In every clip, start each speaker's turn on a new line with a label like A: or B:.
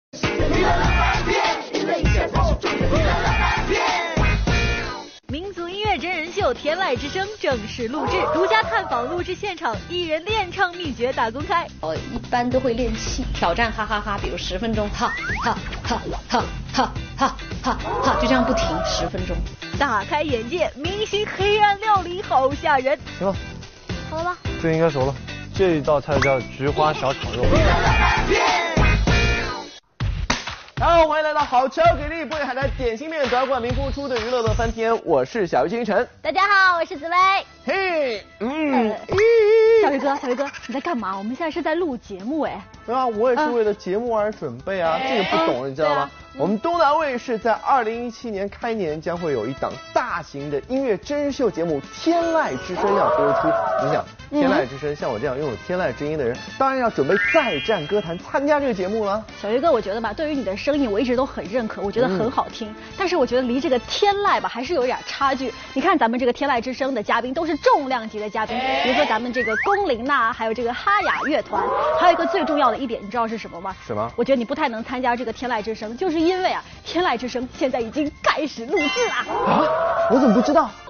A: 民族音乐真人秀《天籁之声》正式录制，独家探访录制现场，艺人练唱秘诀大公开。
B: 我一般都会练气，挑战哈哈哈，比如10分钟，哈哈哈哈哈哈哈哈，就这样不停10分钟。
A: 大开眼界，明星黑暗料理好吓人。
C: 行了，
A: 好了吧？
C: 这应该熟了。这一道菜叫菊花小炒肉。好，欢迎来到好吃给力渤海台点心面专冠名播出的娱乐乐翻天，我是小鱼星辰。
A: 大家好，我是紫薇。
C: 嘿，
A: 小鱼哥，你在干嘛？我们现在是在录节目哎。
C: 对啊，我也是为了节目而准备啊，这个不懂了，你知道吗？我们东南卫视在2017年开年将会有一档大型的音乐真人秀节目《天籁之声》要播出。你想，天籁之声像我这样拥有天籁之音的人，当然要准备再战歌坛参加这个节目了。
D: 小鱼哥，我觉得吧，对于你的声音我一直都很认可，我觉得很好听。但是我觉得离这个天籁吧还是有点差距。你看咱们这个天籁之声的嘉宾都是重量级的嘉宾，比如说咱们这个龚琳娜，还有这个哈雅乐团，还有一个最重要的一点，你知道是什么吗？
C: 什么？
D: 我觉得你不太能参加这个天籁之声，就是因为啊，天籁之声现在已经开始录制了。
C: 啊？我怎么不知道？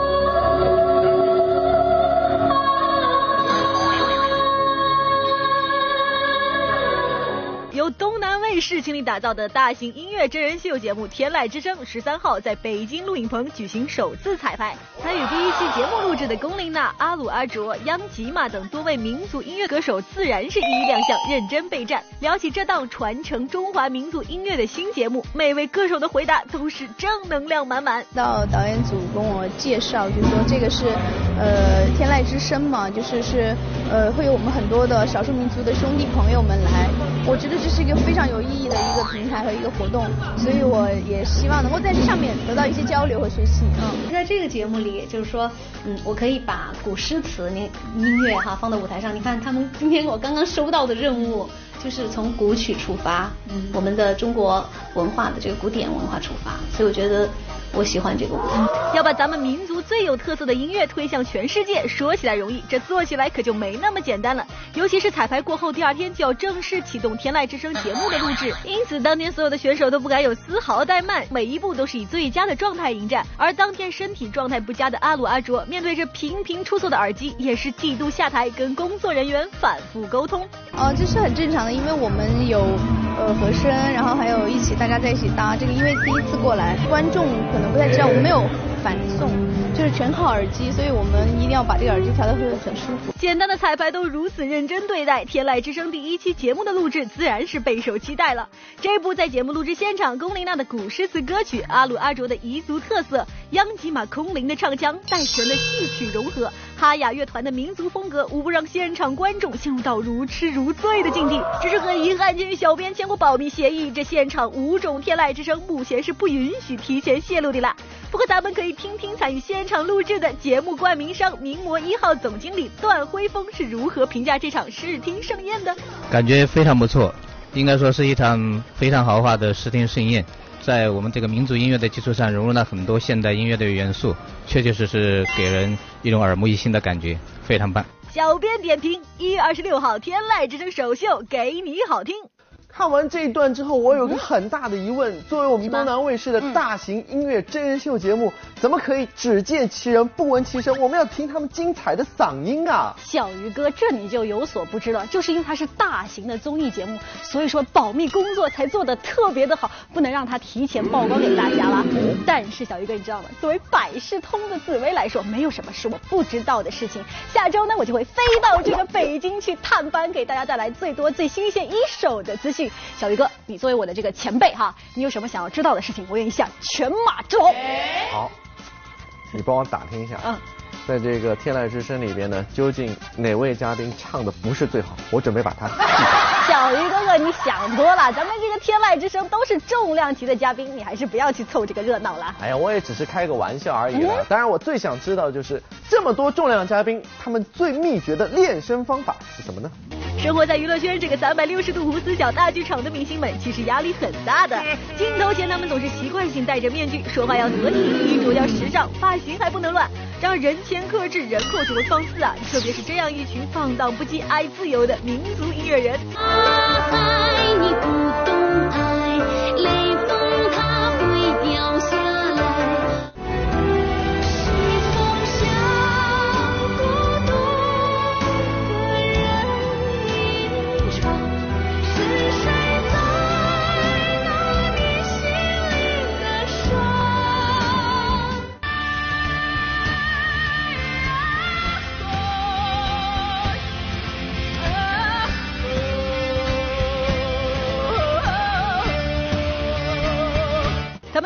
A: 由东南卫视倾力打造的大型音乐真人秀节目《天籁之声》13号在北京录影棚举行首次彩排。参与第一期节目录制的龚琳娜、阿鲁阿卓、央吉玛等多位民族音乐歌手自然是一一亮相，认真备战。聊起这档传承中华民族音乐的新节目，每位歌手的回答都是正能量满满。
E: 到导演组跟我介绍，就说这个是天籁之声嘛，就是会有我们很多的少数民族的兄弟朋友们来。我觉得这是一个非常有意义的一个平台和一个活动，所以我也希望能够在这上面得到一些交流和学习。
B: 在这个节目里，就是说，我可以把古诗词、音乐哈放到舞台上。你看，他们今天我刚刚收到的任务，就是从古曲出发，我们的中国文化的这个古典文化出发，所以我觉得我喜欢这个舞台。
A: 要把咱们民族最有特色的音乐推向全世界，说起来容易，这做起来可就没那么简单了。尤其是彩排过后第2天就要正式启动天籁之声节目的录制，因此当天所有的选手都不敢有丝毫怠慢，每一步都是以最佳的状态迎战。而当天身体状态不佳的阿鲁阿卓，面对着频频出错的耳机，也是几度下台跟工作人员反复沟通。
E: 这是很正常的，因为我们有和声，然后还有大家在一起搭这个，因为第一次过来，观众可能不太知道，我们没有反送，就是全靠耳机，所以我们一定要把这个耳机调得会很舒服。
A: 简单的彩排都如此认真对待，天籁之声第1期节目的录制自然是备受期待了。这部在节目录制现场，龚琳娜的古诗词歌曲，阿鲁阿卓的彝族特色，央吉玛空灵的唱腔，戴荃的戏曲融合，哈雅乐团的民族风格，无不让现场观众陷入到如痴如醉的境地。只是很遗憾，鉴于小编签过保密协议，这现场5种天籁之声目前是不允许提前泄露的啦。不过咱们可以听听参与现场录制的节目冠名商名模1号总经理段辉峰是如何评价这场视听盛宴的。
F: 感觉非常不错，应该说是一场非常豪华的视听盛宴，在我们这个民族音乐的基础上融入了很多现代音乐的元素，确确实实给人一种耳目一新的感觉，非常棒。
A: 小编点评：1月26号天籁之声首秀，给你好听。
C: 看完这一段之后，我有个很大的疑问，作为我们东南卫视的大型音乐真人秀节目，怎么可以只见其人不闻其声？我们要听他们精彩的嗓音啊！
D: 小鱼哥，这你就有所不知了，就是因为它是大型的综艺节目，所以说保密工作才做得特别的好，不能让它提前曝光给大家了。但是小鱼哥你知道吗？作为百事通的紫薇来说，没有什么是我不知道的事情。下周呢，我就会飞到这个北京去探班，给大家带来最多最新鲜一手的资讯。小鱼哥，你作为我的这个前辈哈，你有什么想要知道的事情，我愿意向全马之龙。
C: 好，你帮我打听一下，在这个天籁之声里边呢，究竟哪位嘉宾唱的不是最好？我准备把他记下。
D: 小鱼哥哥，你想多了，咱们这个天籁之声都是重量级的嘉宾，你还是不要去凑这个热闹了。
C: 哎呀，我也只是开个玩笑而已了。当然，我最想知道的就是这么多重量嘉宾，他们最秘诀的练声方法是什么呢？
A: 生活在娱乐圈这个360度无死角大剧场的明星们，其实压力很大的。镜头前他们总是习惯性戴着面具，说话要得体，衣着要时尚，发型还不能乱，让人前克制，人后就会放肆啊！特别是这样一群放荡不羁、爱自由的民族音乐人。
B: 爱你不懂爱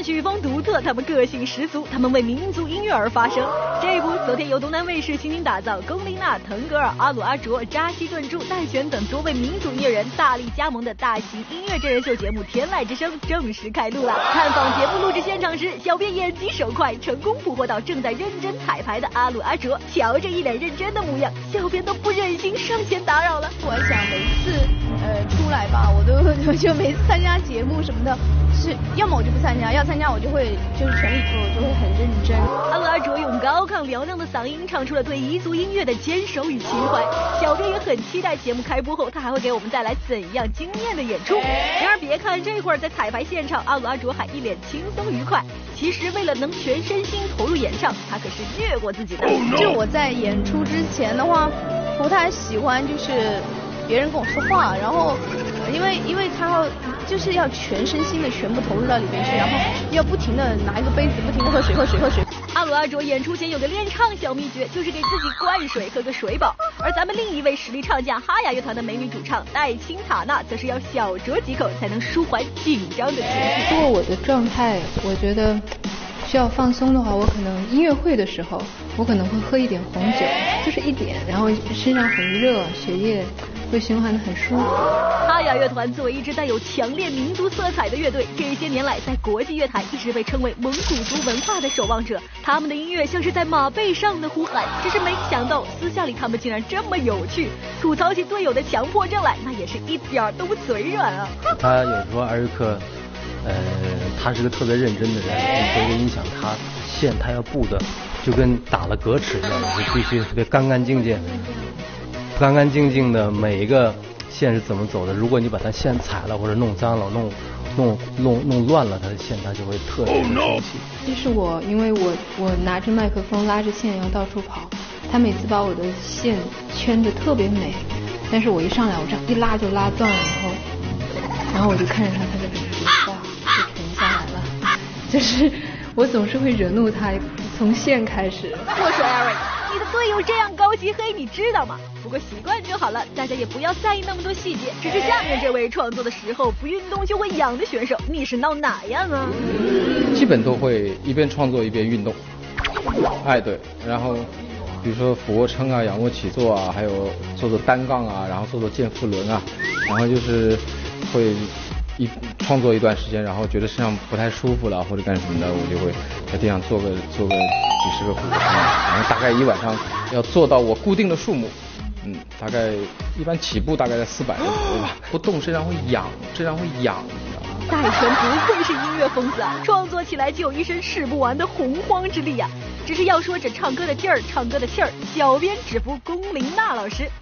A: 们曲风独特，他们个性十足，他们为民族音乐而发声。这一部昨天由东南卫视倾情打造，龚琳娜、腾格尔、阿鲁阿卓、扎西顿柱、戴璇等多位民族音乐人大力加盟的大型音乐真人秀节目《天籁之声》正式开录了。看访节目录制现场时，小编眼疾手快，成功捕获到正在认真彩排的阿鲁阿卓。瞧着一脸认真的模样，小编都不忍心上前打扰了。
E: 我想每次出来吧，我就每次参加节目什么的，是要么我就不参加，要参加我就会就是全力以赴，我就会很认真。
A: 阿鲁阿卓用高亢嘹亮的嗓音唱出了对彝族音乐的坚守与情怀。小编也很期待节目开播后，他还会给我们带来怎样惊艳的演出。然而别看这会儿在彩排现场，阿鲁阿卓还一脸轻松愉快，其实为了能全身心投入演唱，他可是虐过自己的。
E: 就我在演出之前的话，不太喜欢就是别人跟我说话，然后因为他就是要全身心的全部投入到里面去，然后要不停的拿一个杯子不停的喝水。
A: 阿鲁阿卓演出前有个练唱小秘诀，就是给自己灌水，喝个水饱。而咱们另一位实力唱将哈雅乐团的美女主唱戴青塔娜，则是要小酌几口才能舒缓紧张的情绪。
G: 如果我的状态我觉得需要放松的话，我可能音乐会的时候我可能会喝一点红酒，就是一点，然后身上很热，血液会循环的很舒服。
A: 哈雅乐团作为一支带有强烈民族色彩的乐队，这些年来在国际乐坛一直被称为蒙古族文化的守望者。他们的音乐像是在马背上的呼喊，只是没想到私下里他们竟然这么有趣，吐槽起队友的强迫症来，那也是一点都不嘴软啊。
H: 他有时候艾瑞克他是个特别认真的人，你做一个音响，他线他要布的就跟打了格尺一样，就必须特别干干净净的，每一个线是怎么走的。如果你把它线踩了或者弄脏了、弄乱了，它的线它就会特别生气。
G: 就是因为我拿着麦克风拉着线要到处跑，他每次把我的线圈得特别美，但是我一上来我这样一拉就拉断了以后，然后我就看着他在这里哇就停下来了，就是我总是会惹怒他，从线开始。
A: 我说 Eric， 你的队友这样高级黑你知道吗？不过习惯就好了，大家也不要在意那么多细节。只是下面这位创作的时候不运动就会痒的选手，你是闹哪样啊？
I: 基本都会一边创作一边运动。对，然后比如说俯卧撑啊、仰卧起坐啊，还有做单杠啊，然后做健腹轮啊，然后就是会创作一段时间，然后觉得身上不太舒服了或者干什么的，我就会在地上做个几十个俯卧撑，然后大概一晚上要做到我固定的数目，大概一般起步大概在400个左右吧。不动身上会痒，
A: 戴璇不愧是音乐疯子啊，创作起来就有一身使不完的洪荒之力啊！只是要说这唱歌的劲儿、唱歌的气儿，小编只服龚琳娜老师。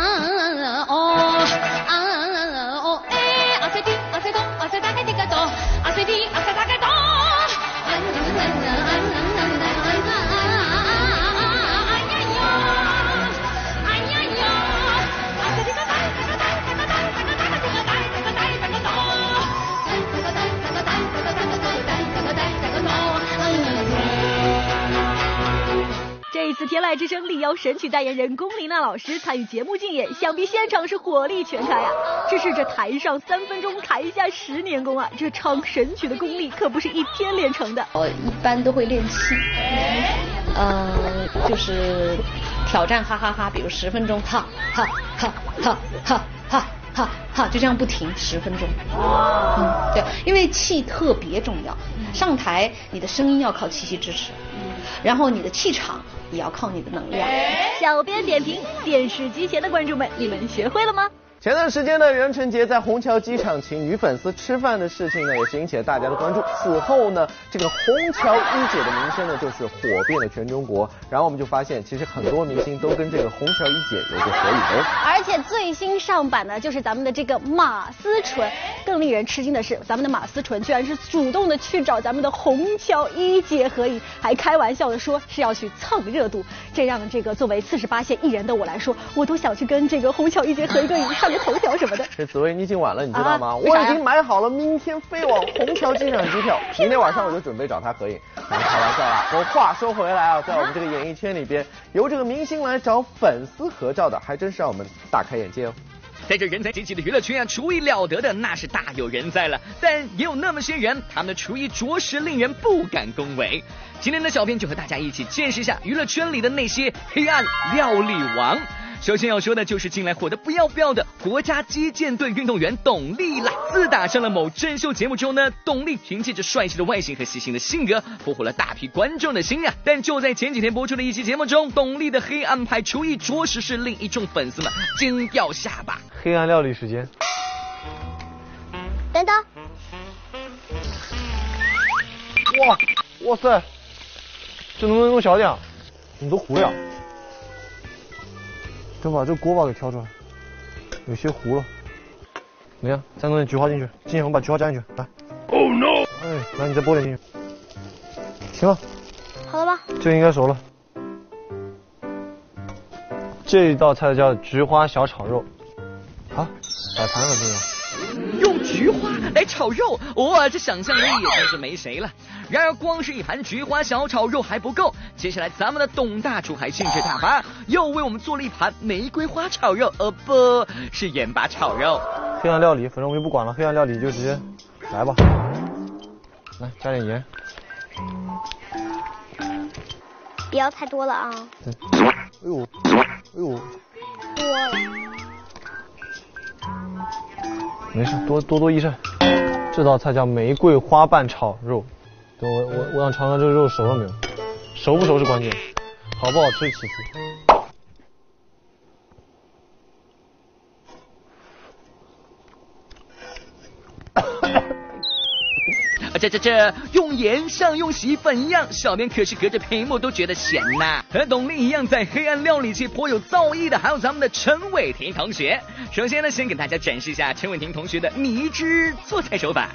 A: 这一次天籁之声力邀神曲代言人龚琳娜老师参与节目竞演，想必现场是火力全开啊！只是这台上3分钟，台下10年功啊！这唱神曲的功力可不是一天练成的。
B: 我一般都会练气，就是挑战哈哈哈，比如10分钟，哈哈哈哈哈哈哈哈，就这样不停10分钟。对，因为气特别重要，上台你的声音要靠气息支持，然后你的气场也要靠你的能量。
A: 小编点评：电视机前的观众们，你们学会了吗？
C: 前段时间呢，任晨杰在虹桥机场请女粉丝吃饭的事情呢，也是引起了大家的关注。此后呢，这个虹桥一姐的名声呢，就是火遍了全中国。然后我们就发现，其实很多明星都跟这个虹桥一姐有过合影。
A: 而且最新上版呢，就是咱们的这个马思纯。更令人吃惊的是，咱们的马思纯居然是主动的去找咱们的虹桥一姐合影，还开玩笑的说是要去蹭热度。这让这个作为48线艺人的我来说，我都想去跟这个虹桥一姐合一个影，上个头条什么的。
C: 这紫薇，你已经晚了，你知道吗？我已经买好了明天飞往虹桥机场的机票，明天晚上我就准备找她合影。开玩笑啦！我话说回来啊，在我们这个演艺圈里边，由这个明星来找粉丝合照的，还真是让我们大开眼界哦。
J: 在这人才济济的娱乐圈啊，厨艺了得的那是大有人在了，但也有那么些人，他们的厨艺着实令人不敢恭维。今天的小编就和大家一起见识一下娱乐圈里的那些黑暗料理王。首先要说的就是近来火得不要不要的国家击剑队运动员董丽啦。自打上了某真秀节目之后呢，董丽凭借着帅气的外形和细心的性格，俘获了大批观众的心呀。但就在前几天播出的一期节目中，董丽的黑暗派厨艺着实是令一众粉丝们惊掉下巴。
C: 黑暗料理时间。
K: 等等。
C: 哇塞，这能不能弄小点？你都糊了。等把这锅巴给挑出来，有些糊了。怎么样？再弄点菊花进去，今天我们把菊花加进去，来。Oh no！ 哎，来你再拨点进去。行了。
K: 好了吧？
C: 这应该熟了。这一道菜叫菊花小炒肉。好，摆盘很重要。
J: 用菊花来炒肉，哇，这想象力也真是没谁了。然而光是一盘菊花小炒肉还不够，接下来咱们的董大厨还兴致大发，又为我们做了一盘玫瑰花炒肉，不是盐巴炒肉。
C: 黑暗料理，反正我就不管了，黑暗料理就直接来吧。来，加点盐。
K: 不要太多了啊。
C: 哎呦，
K: 多了。
C: 没事，多益善。这道菜叫玫瑰花瓣炒肉。等我想尝尝这个肉熟了没有？熟不熟是关键，好不好吃其次。
J: 这用盐像用洗衣粉一样，小编可是隔着屏幕都觉得咸呐。和董丽一样在黑暗料理界颇有造诣的，还有咱们的陈伟霆同学。首先呢，先给大家展示一下陈伟霆同学的迷之做菜手法。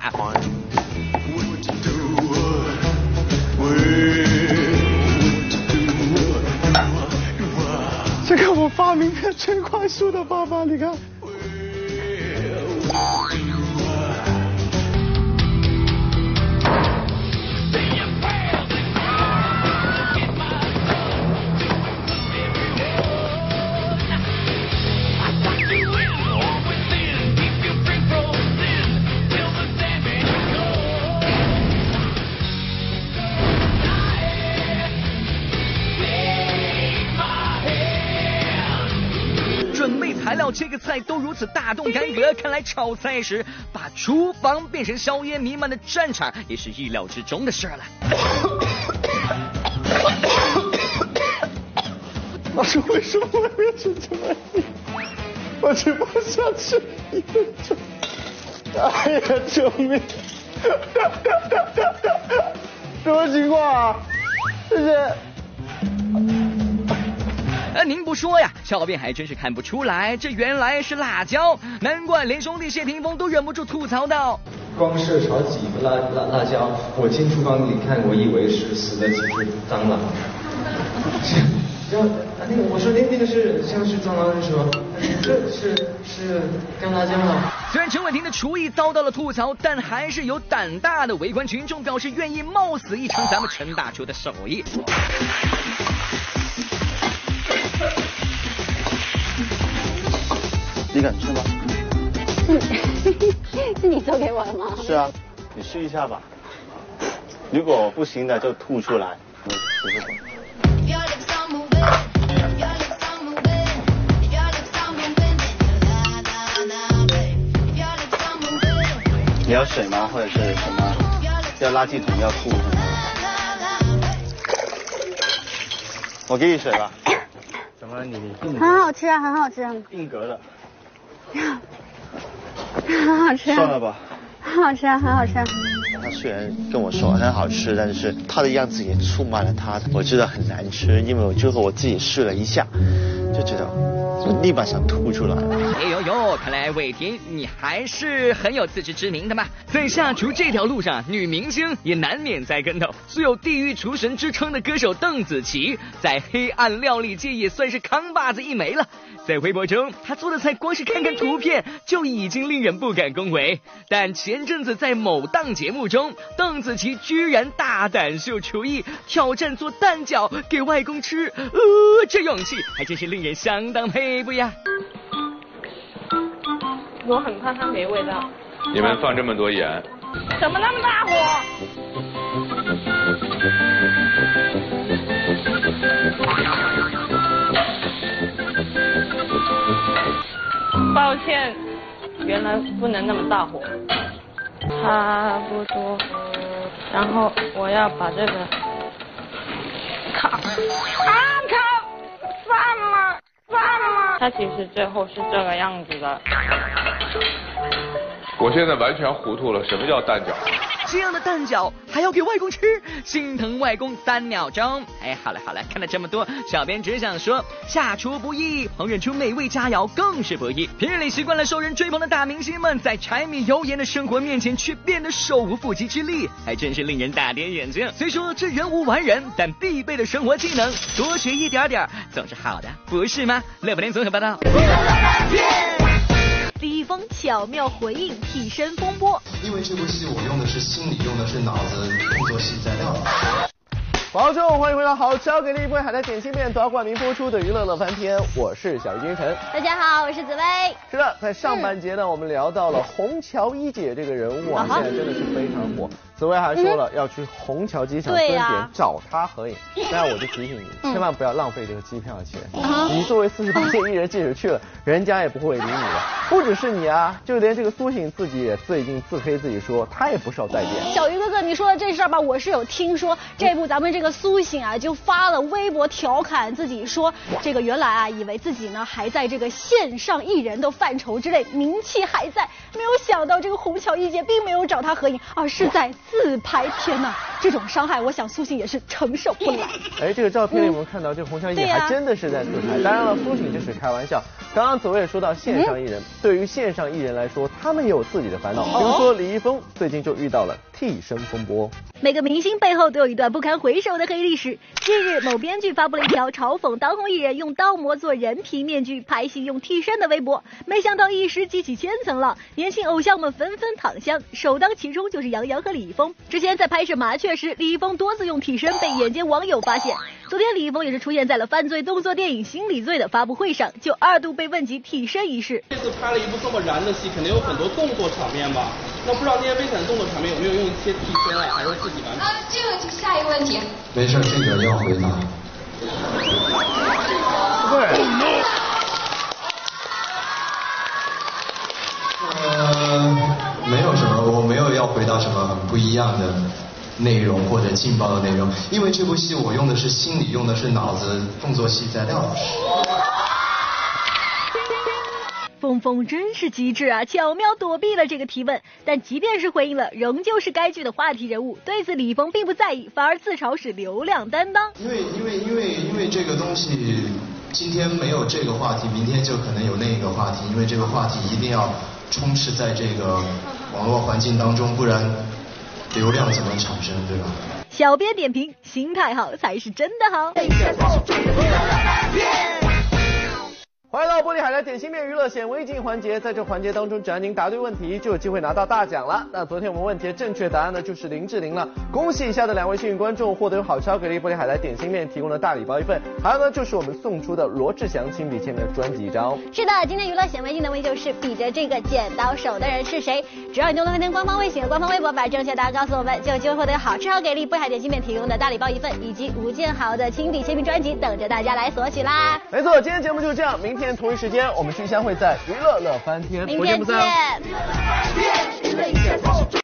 C: 这个我发明的最快速的方法，你看。
J: 材料这个菜都如此大动干戈，看来炒菜时把厨房变成硝烟弥漫的战场也是意料之中的事了。
C: 老师，为什么我变成这么硬？我只不想吃1分钟。哎呀，救命！什么情况啊？这是。
J: 您不说呀，小编还真是看不出来，这原来是辣椒，难怪连兄弟谢霆锋都忍不住吐槽道：
L: 光是炒几个辣椒，我进厨房里看，我以为是死了几只蟑螂。然后那个我说那个是像是蟑螂是吗？这是干辣椒啊。
J: 虽然陈伟霆的厨艺遭到了吐槽，但还是有胆大的围观群众表示愿意冒死一尝咱们陈大厨的手艺。
M: 你敢吃吗？
K: 是你做给我的吗？
M: 是啊，你试一下吧。如果不行的就吐出来。试试看。你要水吗？或者是什么？要垃圾桶要吐？我给你水吧。怎么你
K: 很好吃啊，很好吃啊。
M: 硬格的。
K: 很好吃。
M: 算了吧。
K: 很好吃啊，很好吃啊。
M: 他虽然跟我说很好吃，但是他的样子也出卖了他，我觉得很难吃，因为我最后我自己试了一下，就觉得我立马想吐出来。
J: 哎呦呦，看来伟霆你还是很有自知之明的嘛。在下厨这条路上，女明星也难免栽跟头。素有地狱厨神之称的歌手邓紫棋，在黑暗料理界也算是扛把子一枚了。在微博中，她做的菜光是看看图片就已经令人不敢恭维。但前阵子在某档节目中，邓紫棋居然大胆秀厨艺，挑战做蛋饺给外公吃，这勇气还真是令人相当佩服呀。
N: 我很怕它没味道。
O: 你们放这么多盐，
N: 怎么那么大火？抱歉，原来不能那么大火。差不多，然后我要把这个烤，散了，它其实最后是这个样子的。
O: 我现在完全糊涂了，什么叫蛋饺？
J: 这样的蛋饺还要给外公吃，心疼外公3秒钟。哎，好了，看了这么多，小编只想说，下厨不易，烹饪出美味佳肴更是不易。平日里习惯了受人追捧的大明星们，在柴米油盐的生活面前却变得手无缚鸡之力，还真是令人大跌眼镜。虽说这人无完人，但必备的生活技能多学一点点总是好的，不是吗？乐福联综合报道。
A: 李易峰巧妙回应替身风波，
P: 因为这部戏我用的是心理，用的是脑子，动作戏在料。
C: 观众欢迎回到好吃好给力不会海苔点心面夺冠名播出的娱乐乐翻天，我是小鱼君晨。
B: 大家好，我是紫薇。
C: 是的，在上半节呢，我们聊到了虹桥一姐这个人物啊，现在真的是非常火。紫薇还说了要去虹桥机场蹲点找她合影，当然我就提醒你，千万不要浪费这个机票钱。你作为48线艺人，即使去了，人家也不会理你的。不只是你啊，就连这个苏醒自己也最近自黑自己说，他也不受待见。
D: 小鱼哥哥，你说的这事儿吧，我是有听说。这部咱们这个苏醒啊，就发了微博调侃自己说，这个原来啊，以为自己呢还在这个线上艺人的范畴之内，名气还在，没有想到这个虹桥一姐并没有找他合影，而是在自拍。天哪，这种伤害，我想苏醒也是承受不来。
C: 哎，这个照片里我们看到这个虹桥一姐还真的是在自拍，当然了，苏醒这是开玩笑。刚刚紫薇也说到线上艺人，对于线上艺人来说，他们也有自己的烦恼，比如说李易峰最近就遇到了替身风波。
A: 每个明星背后都有一段不堪回首的黑历史。近日，某编剧发布了一条嘲讽当红艺人用刀模做人皮面具拍戏用替身的微博，没想到一时激起千层浪，年轻偶像们纷纷躺枪，首当其冲就是杨洋和李易峰。之前在拍摄麻雀时，李易峰多次用替身被眼尖网友发现。昨天李易峰也是出现在了犯罪动作电影《心理罪》的发布会上，就2度被问及替身一事。
Q: 这次拍了一部这么燃的戏，肯定有很多动作场面吧？那不知道那些危险的动作场面有没有用一些替身啊，还是自己完成？
R: 这个就下一个问题。
P: 没事，这个要回答。没有什么，我没有要回答什么很不一样的内容或者劲爆的内容，因为这部戏我用的是心理，用的是脑子，动作戏在料。
A: 峰峰真是机智啊，巧妙躲避了这个提问。但即便是回应了，仍旧是该剧的话题人物。对此，李易峰并不在意，反而自嘲是流量担当。
P: 因为这个东西，今天没有这个话题，明天就可能有那个话题，因为这个话题一定要充斥在这个网络环境当中，不然流量怎么产生，对吧？
A: 小编点评：心态好才是真的好。
C: 欢迎到玻璃海苔点心面娱乐显微镜环节，在这环节当中，只要您答对问题，就有机会拿到大奖了。那昨天我们问题的正确答案呢，就是林志玲了。恭喜以下的2位幸运观众获得由好超给力玻璃海苔点心面提供的大礼包1份，还有呢就是我们送出的罗志祥亲笔签名的专辑1张。
B: 是的，今天娱乐显微镜的问题就是比着这个剪刀手的人是谁？只要你动乐翻天官方微信和官方微博把正确答案告诉我们，就有机会获得好吃好给力玻璃海点心面提供的大礼包1份，以及吴建豪的亲笔签名专辑等着大家来索取啦。
C: 没错，今天节目就是这样，明天同一时间我们继续相会在娱乐乐翻天，
B: 明天见。